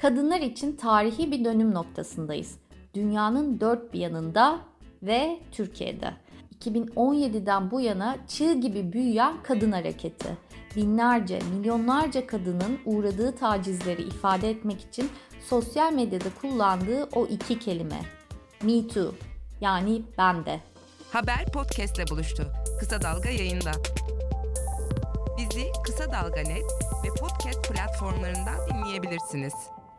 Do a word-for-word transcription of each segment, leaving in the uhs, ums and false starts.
Kadınlar için tarihi bir dönüm noktasındayız. Dünyanın dört bir yanında ve Türkiye'de. iki bin on yediden bu yana çığ gibi büyüyen kadın hareketi. Binlerce, milyonlarca kadının uğradığı tacizleri ifade etmek için sosyal medyada kullandığı o iki kelime. Me Too, yani ben de. Haber podcast'le buluştu. Kısa Dalga yayında. Bizi Kısa Dalga nokta net ve podcast platformlarından dinleyebilirsiniz.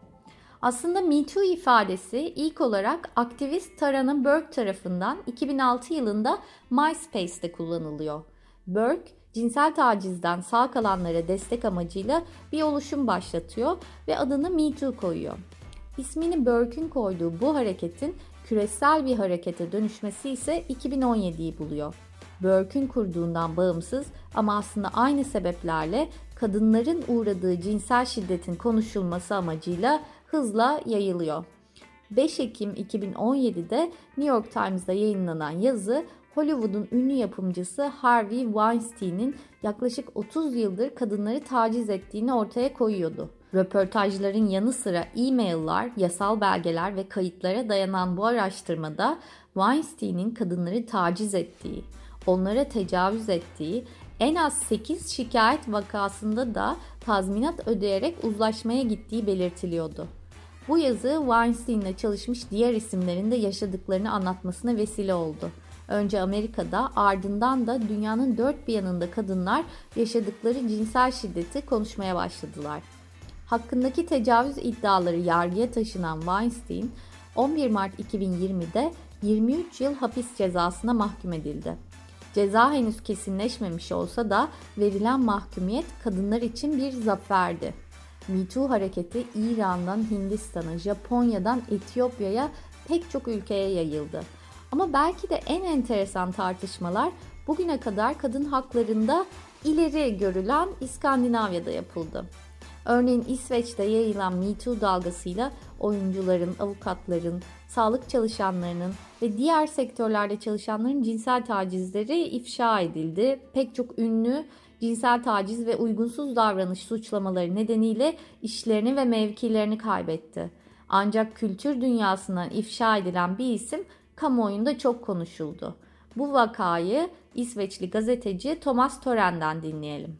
Aslında Me Too ifadesi ilk olarak aktivist Tarana Burke tarafından iki bin altı yılında MySpace'te kullanılıyor. Burke, cinsel tacizden sağ kalanlara destek amacıyla bir oluşum başlatıyor ve adını Me Too koyuyor. İsmini Burke'ün koyduğu bu hareketin küresel bir harekete dönüşmesi ise iki bin on yediyi buluyor. Burke'ün kurduğundan bağımsız ama aslında aynı sebeplerle kadınların uğradığı cinsel şiddetin konuşulması amacıyla hızla yayılıyor. beş Ekim iki bin on yedide New York Times'da yayınlanan yazı, Hollywood'un ünlü yapımcısı Harvey Weinstein'in yaklaşık otuz yıldır kadınları taciz ettiğini ortaya koyuyordu. Röportajların yanı sıra e-mail'lar, yasal belgeler ve kayıtlara dayanan bu araştırmada Weinstein'in kadınları taciz ettiği, onlara tecavüz ettiği, en az sekiz şikayet vakasında da tazminat ödeyerek uzlaşmaya gittiği belirtiliyordu. Bu yazı Weinstein'le çalışmış diğer isimlerin de yaşadıklarını anlatmasına vesile oldu. Önce Amerika'da, ardından da dünyanın dört bir yanında kadınlar yaşadıkları cinsel şiddeti konuşmaya başladılar. Hakkındaki tecavüz iddiaları yargıya taşınan Weinstein, on bir Mart iki bin yirmide yirmi üç yıl hapis cezasına mahkum edildi. Ceza henüz kesinleşmemiş olsa da verilen mahkumiyet kadınlar için bir zaferdi. Me Too hareketi İran'dan Hindistan'a, Japonya'dan Etiyopya'ya pek çok ülkeye yayıldı. Ama belki de en enteresan tartışmalar bugüne kadar kadın haklarında ileri görülen İskandinavya'da yapıldı. Örneğin İsveç'te yayılan Me Too dalgasıyla oyuncuların, avukatların, sağlık çalışanlarının ve diğer sektörlerde çalışanların cinsel tacizleri ifşa edildi. Pek çok ünlü cinsel taciz ve uygunsuz davranış suçlamaları nedeniyle işlerini ve mevkilerini kaybetti. Ancak kültür dünyasından ifşa edilen bir isim kamuoyunda çok konuşuldu. Bu vakayı İsveçli gazeteci Thomas Thoren'den dinleyelim.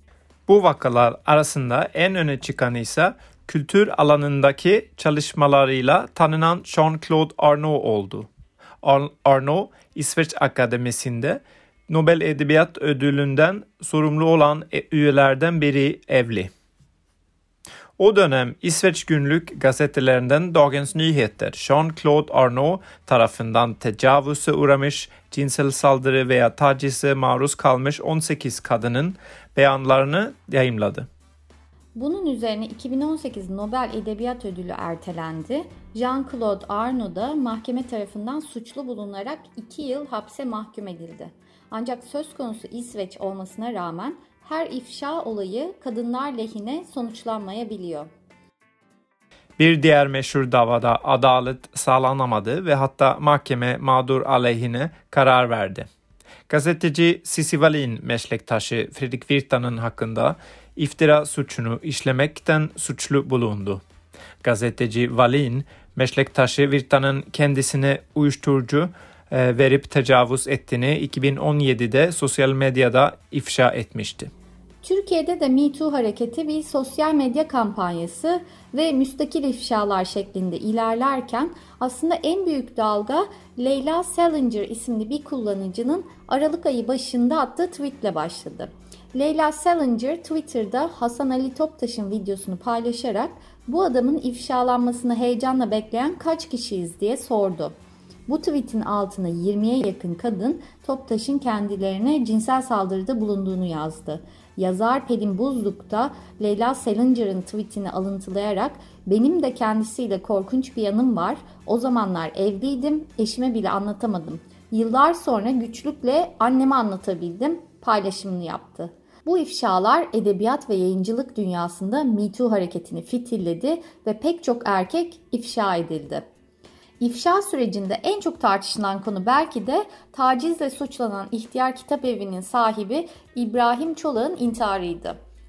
Bu vakalar arasında en öne çıkanı ise kültür alanındaki çalışmalarıyla tanınan Jean-Claude Arnault oldu. Arnault, İsveç Akademisi'nde Nobel Edebiyat Ödülü'nden sorumlu olan üyelerden biri, evli. O dönem İsveç günlük gazetelerinden Dagens Nyheter, Jean-Claude Arnault tarafından tecavüze uğramış, cinsel saldırı veya tacize maruz kalmış on sekiz kadının beyanlarını yayımladı. Bunun üzerine iki bin on sekiz Nobel Edebiyat Ödülü ertelendi. Jean-Claude Arnault da mahkeme tarafından suçlu bulunarak iki yıl hapse mahkum edildi. Ancak söz konusu İsveç olmasına rağmen her ifşa olayı kadınlar lehine sonuçlanmayabiliyor. Bir diğer meşhur davada adalet sağlanamadı ve hatta mahkeme mağdur aleyhine karar verdi. Gazeteci Cissi Wallin meslektaşı Fredrik Virtanen hakkında iftira suçunu işlemekten suçlu bulundu. Gazeteci Wallin, meslektaşı Virtanen kendisine uyuşturucu e, verip tecavüz ettiğini iki bin on yedide sosyal medyada ifşa etmişti. Türkiye'de de Me Too hareketi bir sosyal medya kampanyası ve müstakil ifşalar şeklinde ilerlerken aslında en büyük dalga Leyla Salinger isimli bir kullanıcının Aralık ayı başında attığı tweetle başladı. Leyla Salinger Twitter'da Hasan Ali Toptaş'ın videosunu paylaşarak bu adamın ifşalanmasını heyecanla bekleyen kaç kişiyiz diye sordu. Bu tweetin altına yirmiye yakın kadın Toptaş'ın kendilerine cinsel saldırıda bulunduğunu yazdı. Yazar Pelin Buzluk da Leyla Salinger'ın tweetini alıntılayarak benim de kendisiyle korkunç bir yanım var. O zamanlar evliydim, eşime bile anlatamadım. Yıllar sonra güçlükle anneme anlatabildim, paylaşımını yaptı. Bu ifşalar edebiyat ve yayıncılık dünyasında Me Too hareketini fitilledi ve pek çok erkek ifşa edildi. İfşa sürecinde en çok tartışılan konu belki de tacizle suçlanan İhtiyar Kitapevi'nin sahibi İbrahim Çolak'ın intiharıydı.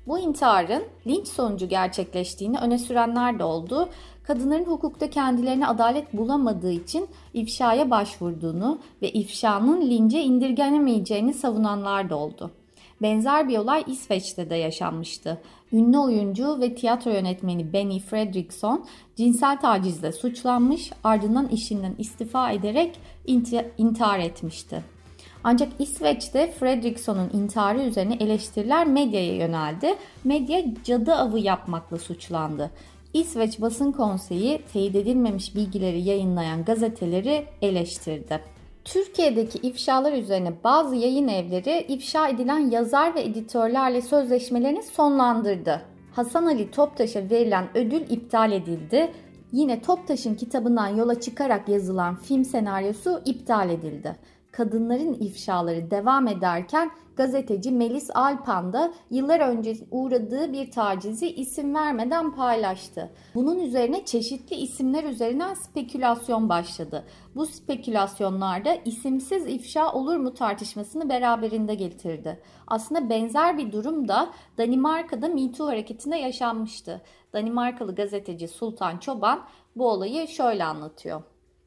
Bu intiharın linç sonucu gerçekleştiğini öne sürenler de oldu. Kadınların hukukta kendilerine adalet bulamadığı için ifşaya başvurduğunu ve ifşanın lince indirgenemeyeceğini savunanlar da oldu. Benzer bir olay İsveç'te de yaşanmıştı. Ünlü oyuncu ve tiyatro yönetmeni Benny Fredriksson cinsel tacizle suçlanmış, ardından işinden istifa ederek intihar etmişti. Ancak İsveç'te Fredriksson'un intiharı üzerine eleştiriler medyaya yöneldi. Medya cadı avı yapmakla suçlandı. İsveç Basın Konseyi teyit edilmemiş bilgileri yayınlayan gazeteleri eleştirdi. Türkiye'deki ifşalar üzerine bazı yayın evleri ifşa edilen yazar ve editörlerle sözleşmelerini sonlandırdı. Hasan Ali Toptaş'a verilen ödül iptal edildi. Yine Toptaş'ın kitabından yola çıkarak yazılan film senaryosu iptal edildi. Kadınların ifşaları devam ederken gazeteci Melis Alpan da yıllar önce uğradığı bir tacizi isim vermeden paylaştı. Bunun üzerine çeşitli isimler üzerinden spekülasyon başladı. Bu spekülasyonlarda isimsiz ifşa olur mu tartışmasını beraberinde getirdi. Aslında benzer bir durum da Danimarka'da Me Too hareketinde yaşanmıştı. Danimarkalı gazeteci Sultan Çoban bu olayı şöyle anlatıyor.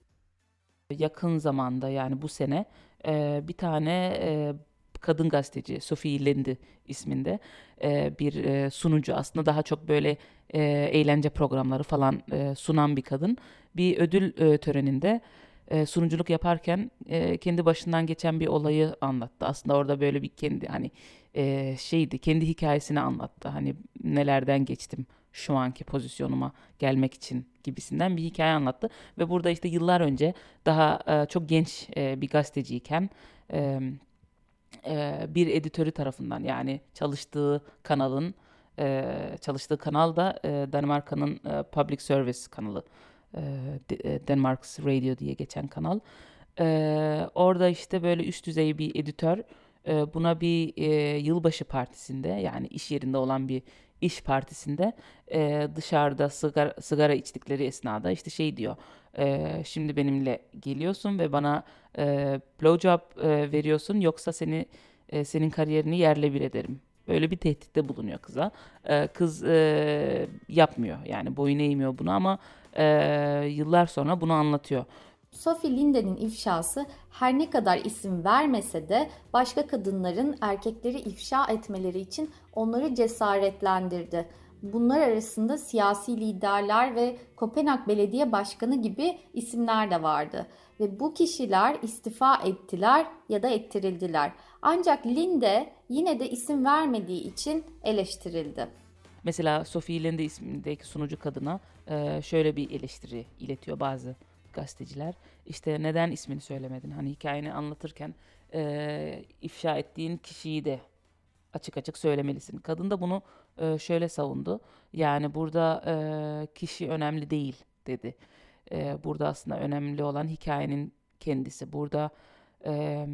Yakın zamanda, yani bu sene e, bir tane e, kadın gazeteci Sophie Linde isminde e, bir e, sunucu, aslında daha çok böyle e, eğlence programları falan e, sunan bir kadın, bir ödül e, töreninde e, sunuculuk yaparken e, kendi başından geçen bir olayı anlattı. Aslında orada böyle bir kendi hani e, şeydi kendi hikayesini anlattı. Hani nelerden geçtim şu anki pozisyonuma gelmek için gibisinden bir hikaye anlattı. Ve burada işte yıllar önce daha e, çok genç e, bir gazeteciyken e, e, bir editörü tarafından, yani çalıştığı kanalın e, çalıştığı kanal da e, Danimarka'nın e, Public Service kanalı, e, Denmark's Radio diye geçen kanal. E, orada işte böyle üst düzey bir editör e, buna bir e, yılbaşı partisinde, yani iş yerinde olan bir iş partisinde e, dışarıda sigara, sigara içtikleri esnada işte şey diyor, e, şimdi benimle geliyorsun ve bana e, blowjob e, veriyorsun, yoksa seni e, senin kariyerini yerle bir ederim. Böyle bir tehditte bulunuyor kıza. E, kız e, yapmıyor, yani boyun eğmiyor buna, ama e, yıllar sonra bunu anlatıyor. Sophie Linde'nin ifşası her ne kadar isim vermese de başka kadınların erkekleri ifşa etmeleri için onları cesaretlendirdi. Bunlar arasında siyasi liderler ve Kopenhag Belediye Başkanı gibi isimler de vardı. Ve bu kişiler istifa ettiler ya da ettirildiler. Ancak Linde yine de isim vermediği için eleştirildi. Mesela Sophie Linde ismindeki sunucu kadına şöyle bir eleştiri iletiyor bazı gazeteciler. İşte neden ismini söylemedin? Hani hikayeni anlatırken e, ifşa ettiğin kişiyi de açık açık söylemelisin. Kadın da bunu e, şöyle savundu. Yani burada e, kişi önemli değil dedi. E, burada aslında önemli olan hikayenin kendisi. Burada e,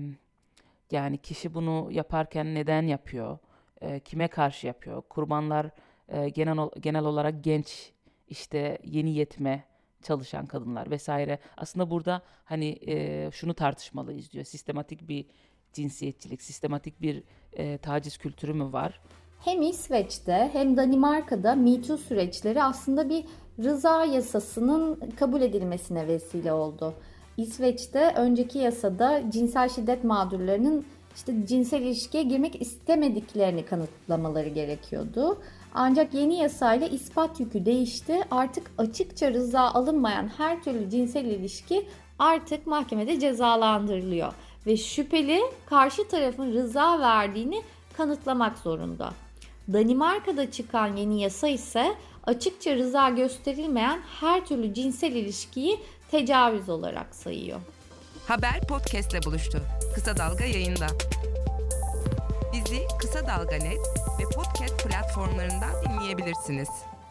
yani kişi bunu yaparken neden yapıyor? E, kime karşı yapıyor? Kurbanlar e, genel genel olarak genç, işte yeni yetme çalışan kadınlar vesaire. Aslında burada hani e, şunu tartışmalıyız diyor. Sistematik bir cinsiyetçilik, sistematik bir e, taciz kültürü mü var? Hem İsveç'te hem Danimarka'da Me Too süreçleri aslında bir rıza yasasının kabul edilmesine vesile oldu. İsveç'te önceki yasada cinsel şiddet mağdurlarının işte cinsel ilişkiye girmek istemediklerini kanıtlamaları gerekiyordu. Ancak yeni yasayla ispat yükü değişti. Artık açıkça rıza alınmayan her türlü cinsel ilişki artık mahkemede cezalandırılıyor. Ve şüpheli karşı tarafın rıza verdiğini kanıtlamak zorunda. Danimarka'da çıkan yeni yasa ise açıkça rıza gösterilmeyen her türlü cinsel ilişkiyi tecavüz olarak sayıyor. Haber podcastle buluştu. Kısa Dalga yayında. Bizi Kısa Dalga Net ve podcast platformlarından dinleyebilirsiniz.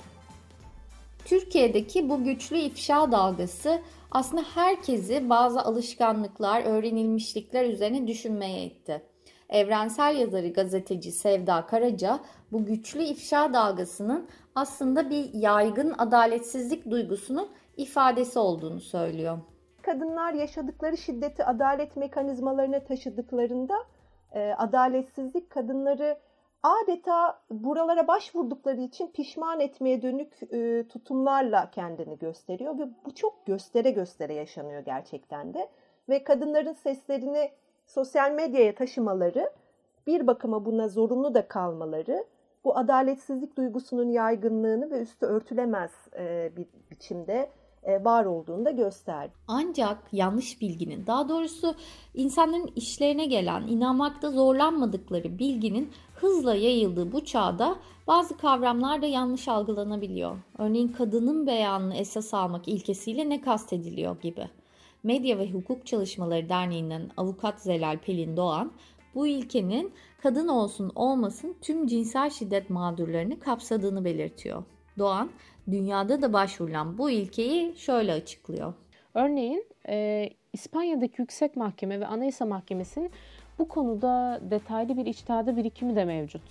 Türkiye'deki bu güçlü ifşa dalgası aslında herkesi bazı alışkanlıklar, öğrenilmişlikler üzerine düşünmeye itti. Evrensel yazarı gazeteci Sevda Karaca bu güçlü ifşa dalgasının aslında bir yaygın adaletsizlik duygusunun ifadesi olduğunu söylüyor. Kadınlar yaşadıkları şiddeti adalet mekanizmalarına taşıdıklarında e, adaletsizlik kadınları adeta buralara başvurdukları için pişman etmeye dönük e, tutumlarla kendini gösteriyor ve bu çok göstere göstere yaşanıyor gerçekten de. Ve kadınların seslerini sosyal medyaya taşımaları, bir bakıma buna zorunlu da kalmaları, bu adaletsizlik duygusunun yaygınlığını ve üstü örtülemez e, bir biçimde e, var olduğunu da gösterdi. Ancak yanlış bilginin, daha doğrusu insanların işlerine gelen, inanmakta zorlanmadıkları bilginin hızla yayıldığı bu çağda bazı kavramlar da yanlış algılanabiliyor. Örneğin kadının beyanını esas almak ilkesiyle ne kastediliyor gibi. Medya ve Hukuk Çalışmaları Derneği'nden avukat Zelal Pelin Doğan, bu ilkenin kadın olsun olmasın tüm cinsel şiddet mağdurlarını kapsadığını belirtiyor. Doğan, dünyada da başvurulan bu ilkeyi şöyle açıklıyor. Örneğin e, İspanya'daki Yüksek Mahkeme ve Anayasa Mahkemesi'nin bu konuda detaylı bir içtihadı birikimi de mevcut.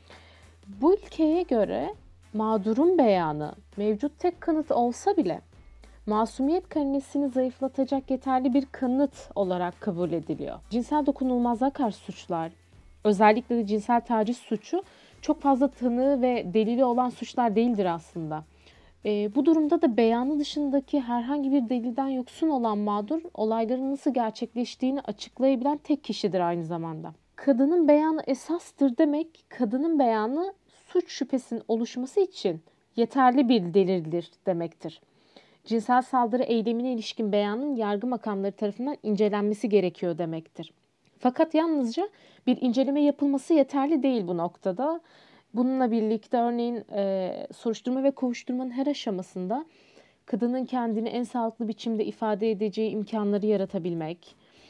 Bu ilkeye göre mağdurun beyanı mevcut tek kanıt olsa bile masumiyet karinesini zayıflatacak yeterli bir kanıt olarak kabul ediliyor. Cinsel dokunulmazlığa karşı suçlar, özellikle de cinsel taciz suçu çok fazla tanığı ve delili olan suçlar değildir aslında. E, bu durumda da beyanı dışındaki herhangi bir delilden yoksun olan mağdur, olayların nasıl gerçekleştiğini açıklayabilen tek kişidir aynı zamanda. Kadının beyanı esastır demek, kadının beyanı suç şüphesinin oluşması için yeterli bir delildir demektir. Cinsel saldırı eylemine ilişkin beyanın yargı makamları tarafından incelenmesi gerekiyor demektir. Fakat yalnızca bir inceleme yapılması yeterli değil bu noktada. Bununla birlikte örneğin e, soruşturma ve kovuşturmanın her aşamasında kadının kendini en sağlıklı biçimde ifade edeceği imkanları yaratabilmek,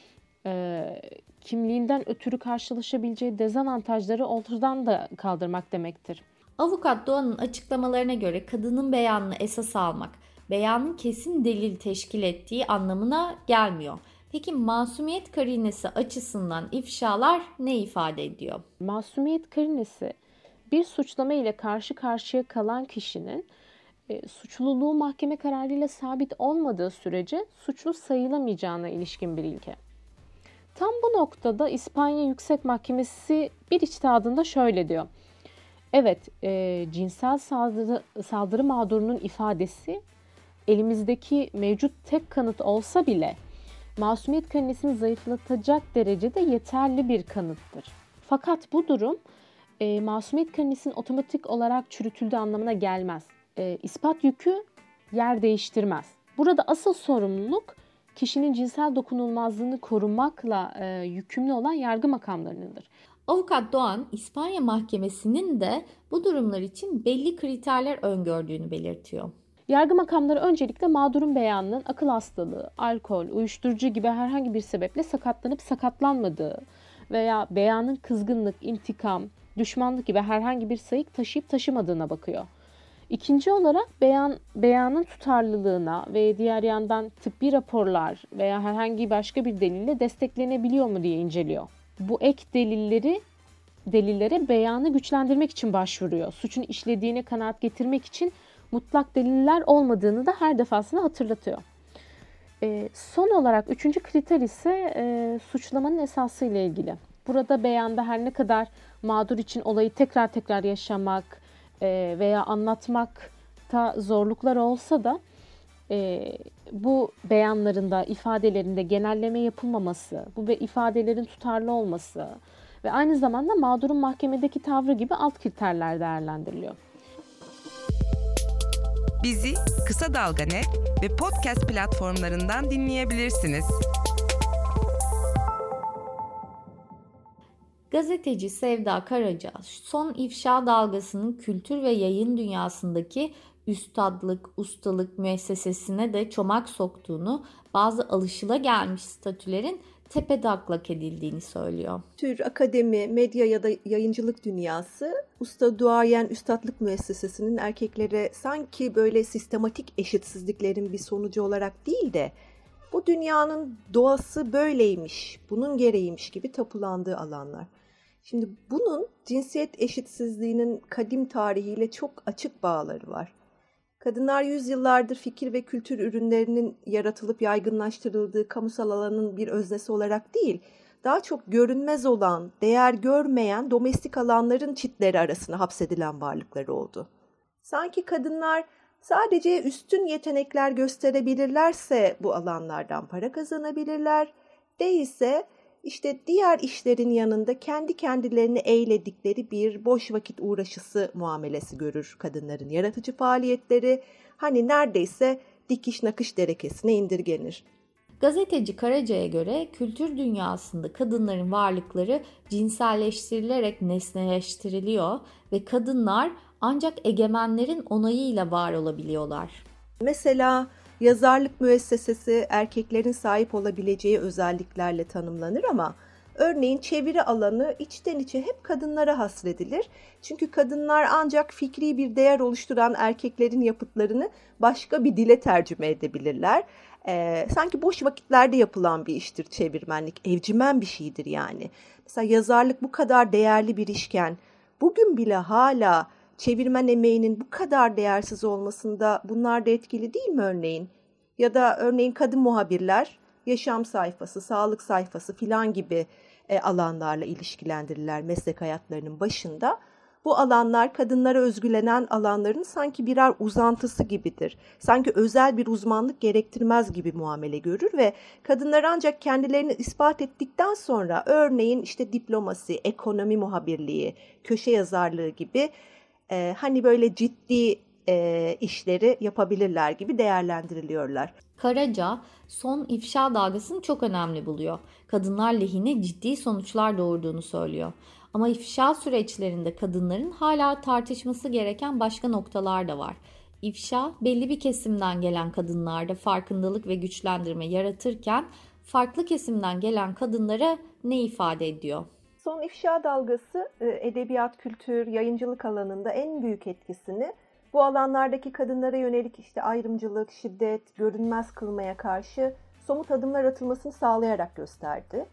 e, kimliğinden ötürü karşılaşabileceği dezavantajları ortadan da kaldırmak demektir. Avukat Doğan'ın açıklamalarına göre kadının beyanını esas almak, beyanın kesin delil teşkil ettiği anlamına gelmiyor. Peki masumiyet karinesi açısından ifşalar ne ifade ediyor? Masumiyet karinesi bir suçlama ile karşı karşıya kalan kişinin e, suçluluğu mahkeme kararıyla sabit olmadığı sürece suçlu sayılamayacağına ilişkin bir ilke. Tam bu noktada İspanya Yüksek Mahkemesi bir içtihadında şöyle diyor. Evet, e, cinsel saldırı, saldırı mağdurunun ifadesi elimizdeki mevcut tek kanıt olsa bile masumiyet karinesini zayıflatacak derecede yeterli bir kanıttır. Fakat bu durum e, masumiyet karinesinin otomatik olarak çürütüldüğü anlamına gelmez. E, ispat yükü yer değiştirmez. Burada asıl sorumluluk kişinin cinsel dokunulmazlığını korumakla e, yükümlü olan yargı makamlarınındır. Avukat Doğan, İspanya Mahkemesi'nin de bu durumlar için belli kriterler öngördüğünü belirtiyor. Yargı makamları öncelikle mağdurun beyanının akıl hastalığı, alkol, uyuşturucu gibi herhangi bir sebeple sakatlanıp sakatlanmadığı veya beyanın kızgınlık, intikam, düşmanlık gibi herhangi bir sayık taşıyıp taşımadığına bakıyor. İkinci olarak beyan, beyanın tutarlılığına ve diğer yandan tıbbi raporlar veya herhangi başka bir delille desteklenebiliyor mu diye inceliyor. Bu ek delilleri delillere beyanı güçlendirmek için başvuruyor. Suçun işlediğine kanaat getirmek için mutlak deliller olmadığını da her defasında hatırlatıyor. E, son olarak üçüncü kriter ise e, suçlamanın esası ile ilgili. Burada beyanda her ne kadar mağdur için olayı tekrar tekrar yaşamak e, veya anlatmakta zorluklar olsa da e, bu beyanlarında, ifadelerinde genelleme yapılmaması, bu ifadelerin tutarlı olması ve aynı zamanda mağdurun mahkemedeki tavrı gibi alt kriterler değerlendiriliyor. Bizi Kısa Dalga Net ve podcast platformlarından dinleyebilirsiniz. Gazeteci Sevda Karaca, son ifşa dalgasının kültür ve yayın dünyasındaki üstadlık, ustalık müessesesine de çomak soktuğunu, bazı alışılagelmiş statülerin tepedaklak edildiğini söylüyor. Tür, akademi, medya ya da yayıncılık dünyası usta duayen üstadlık müessesesinin erkeklere sanki böyle sistematik eşitsizliklerin bir sonucu olarak değil de bu dünyanın doğası böyleymiş, bunun gereğiymiş gibi tapılandığı alanlar. Şimdi bunun cinsiyet eşitsizliğinin kadim tarihiyle çok açık bağları var. Kadınlar yüzyıllardır fikir ve kültür ürünlerinin yaratılıp yaygınlaştırıldığı kamusal alanın bir öznesi olarak değil, daha çok görünmez olan, değer görmeyen domestik alanların çitleri arasına hapsedilen varlıkları oldu. Sanki kadınlar sadece üstün yetenekler gösterebilirlerse bu alanlardan para kazanabilirler, değilse işte diğer işlerin yanında kendi kendilerini eğledikleri bir boş vakit uğraşısı muamelesi görür kadınların yaratıcı faaliyetleri, hani neredeyse dikiş nakış derekesine indirgenir. Gazeteci Karaca'ya göre kültür dünyasında kadınların varlıkları cinselleştirilerek nesneleştiriliyor ve kadınlar ancak egemenlerin onayıyla var olabiliyorlar. Mesela yazarlık müessesesi erkeklerin sahip olabileceği özelliklerle tanımlanır ama örneğin çeviri alanı içten içe hep kadınlara hasredilir. Çünkü kadınlar ancak fikri bir değer oluşturan erkeklerin yapıtlarını başka bir dile tercüme edebilirler. Ee, sanki boş vakitlerde yapılan bir iştir çevirmenlik, evcimen bir şeydir yani. Mesela yazarlık bu kadar değerli bir işken bugün bile hala çevirmen emeğinin bu kadar değersiz olmasında bunlar da etkili değil mi örneğin? Ya da örneğin kadın muhabirler yaşam sayfası, sağlık sayfası filan gibi e, alanlarla ilişkilendirirler meslek hayatlarının başında. Bu alanlar kadınlara özgülenen alanların sanki birer uzantısı gibidir. Sanki özel bir uzmanlık gerektirmez gibi muamele görür ve kadınlar ancak kendilerini ispat ettikten sonra örneğin işte diplomasi, ekonomi muhabirliği, köşe yazarlığı gibi e, hani böyle ciddi e, işleri yapabilirler gibi değerlendiriliyorlar. Karaca son ifşa dalgasını çok önemli buluyor. Kadınlar lehine ciddi sonuçlar doğurduğunu söylüyor. Ama ifşa süreçlerinde kadınların hala tartışması gereken başka noktalar da var. İfşa belli bir kesimden gelen kadınlarda farkındalık ve güçlendirme yaratırken farklı kesimden gelen kadınlara ne ifade ediyor? Son ifşa dalgası edebiyat, kültür, yayıncılık alanında en büyük etkisini bu alanlardaki kadınlara yönelik işte ayrımcılık, şiddet, görünmez kılmaya karşı somut adımlar atılmasını sağlayarak gösterdi.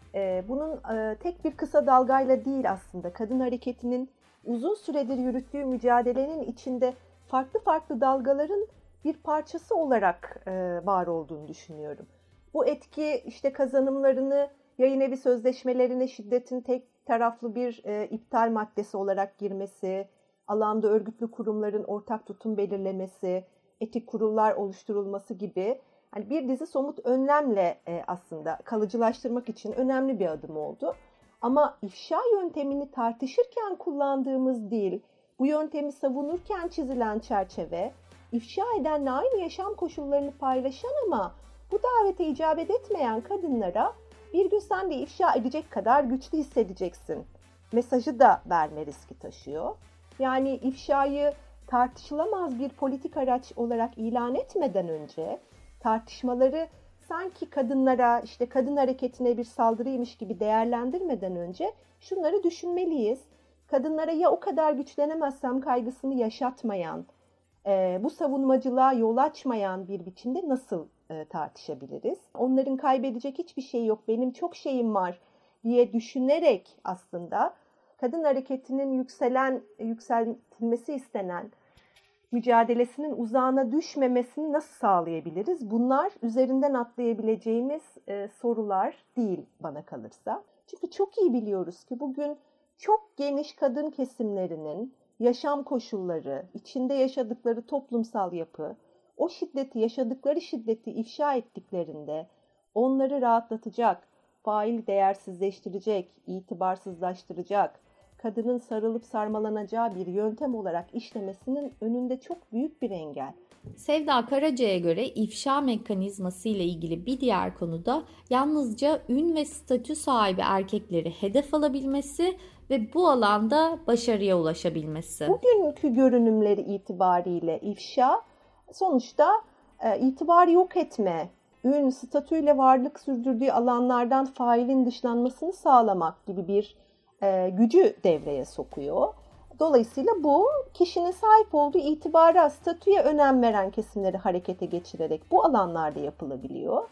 Bunun tek bir kısa dalgayla değil aslında kadın hareketinin uzun süredir yürüttüğü mücadelenin içinde farklı farklı dalgaların bir parçası olarak var olduğunu düşünüyorum. Bu etki işte kazanımlarını yayın evi sözleşmelerine şiddetin tek taraflı bir iptal maddesi olarak girmesi, alanda örgütlü kurumların ortak tutum belirlemesi, etik kurullar oluşturulması gibi yani bir dizi somut önlemle aslında kalıcılaştırmak için önemli bir adım oldu. Ama ifşa yöntemini tartışırken kullandığımız dil, bu yöntemi savunurken çizilen çerçeve, ifşa edenle aynı yaşam koşullarını paylaşan ama bu davete icabet etmeyen kadınlara bir gün sen de ifşa edecek kadar güçlü hissedeceksin mesajı da verme riski taşıyor. Yani ifşayı tartışılamaz bir politik araç olarak ilan etmeden önce tartışmaları sanki kadınlara, işte kadın hareketine bir saldırıymış gibi değerlendirmeden önce şunları düşünmeliyiz. Kadınlara ya o kadar güçlenemezsem kaygısını yaşatmayan, e, bu savunmacılığa yol açmayan bir biçimde nasıl e, tartışabiliriz? Onların kaybedecek hiçbir şey yok, benim çok şeyim var diye düşünerek aslında kadın hareketinin yükselen, yükseltilmesi istenen mücadelesinin uzağına düşmemesini nasıl sağlayabiliriz? Bunlar üzerinden atlayabileceğimiz e, sorular değil bana kalırsa. Çünkü çok iyi biliyoruz ki bugün çok geniş kadın kesimlerinin yaşam koşulları, içinde yaşadıkları toplumsal yapı, o şiddeti, yaşadıkları şiddeti ifşa ettiklerinde onları rahatlatacak, faili değersizleştirecek, itibarsızlaştıracak, kadının sarılıp sarmalanacağı bir yöntem olarak işlemesinin önünde çok büyük bir engel. Sevda Karaca'ya göre ifşa mekanizması ile ilgili bir diğer konu da yalnızca ün ve statü sahibi erkekleri hedef alabilmesi ve bu alanda başarıya ulaşabilmesi. Bugünkü görünümleri itibariyle ifşa sonuçta e, itibarı yok etme, ün, statüyle varlık sürdürdüğü alanlardan failin dışlanmasını sağlamak gibi bir e, gücü devreye sokuyor. Dolayısıyla bu kişinin sahip olduğu itibara, statüye önem veren kesimleri harekete geçirerek bu alanlarda yapılabiliyor.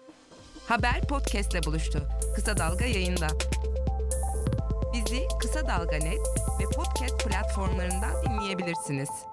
Haber podcast'le buluştu. Kısa Dalga yayında. Bizi Kısa Dalga Net ve podcast platformlarından dinleyebilirsiniz.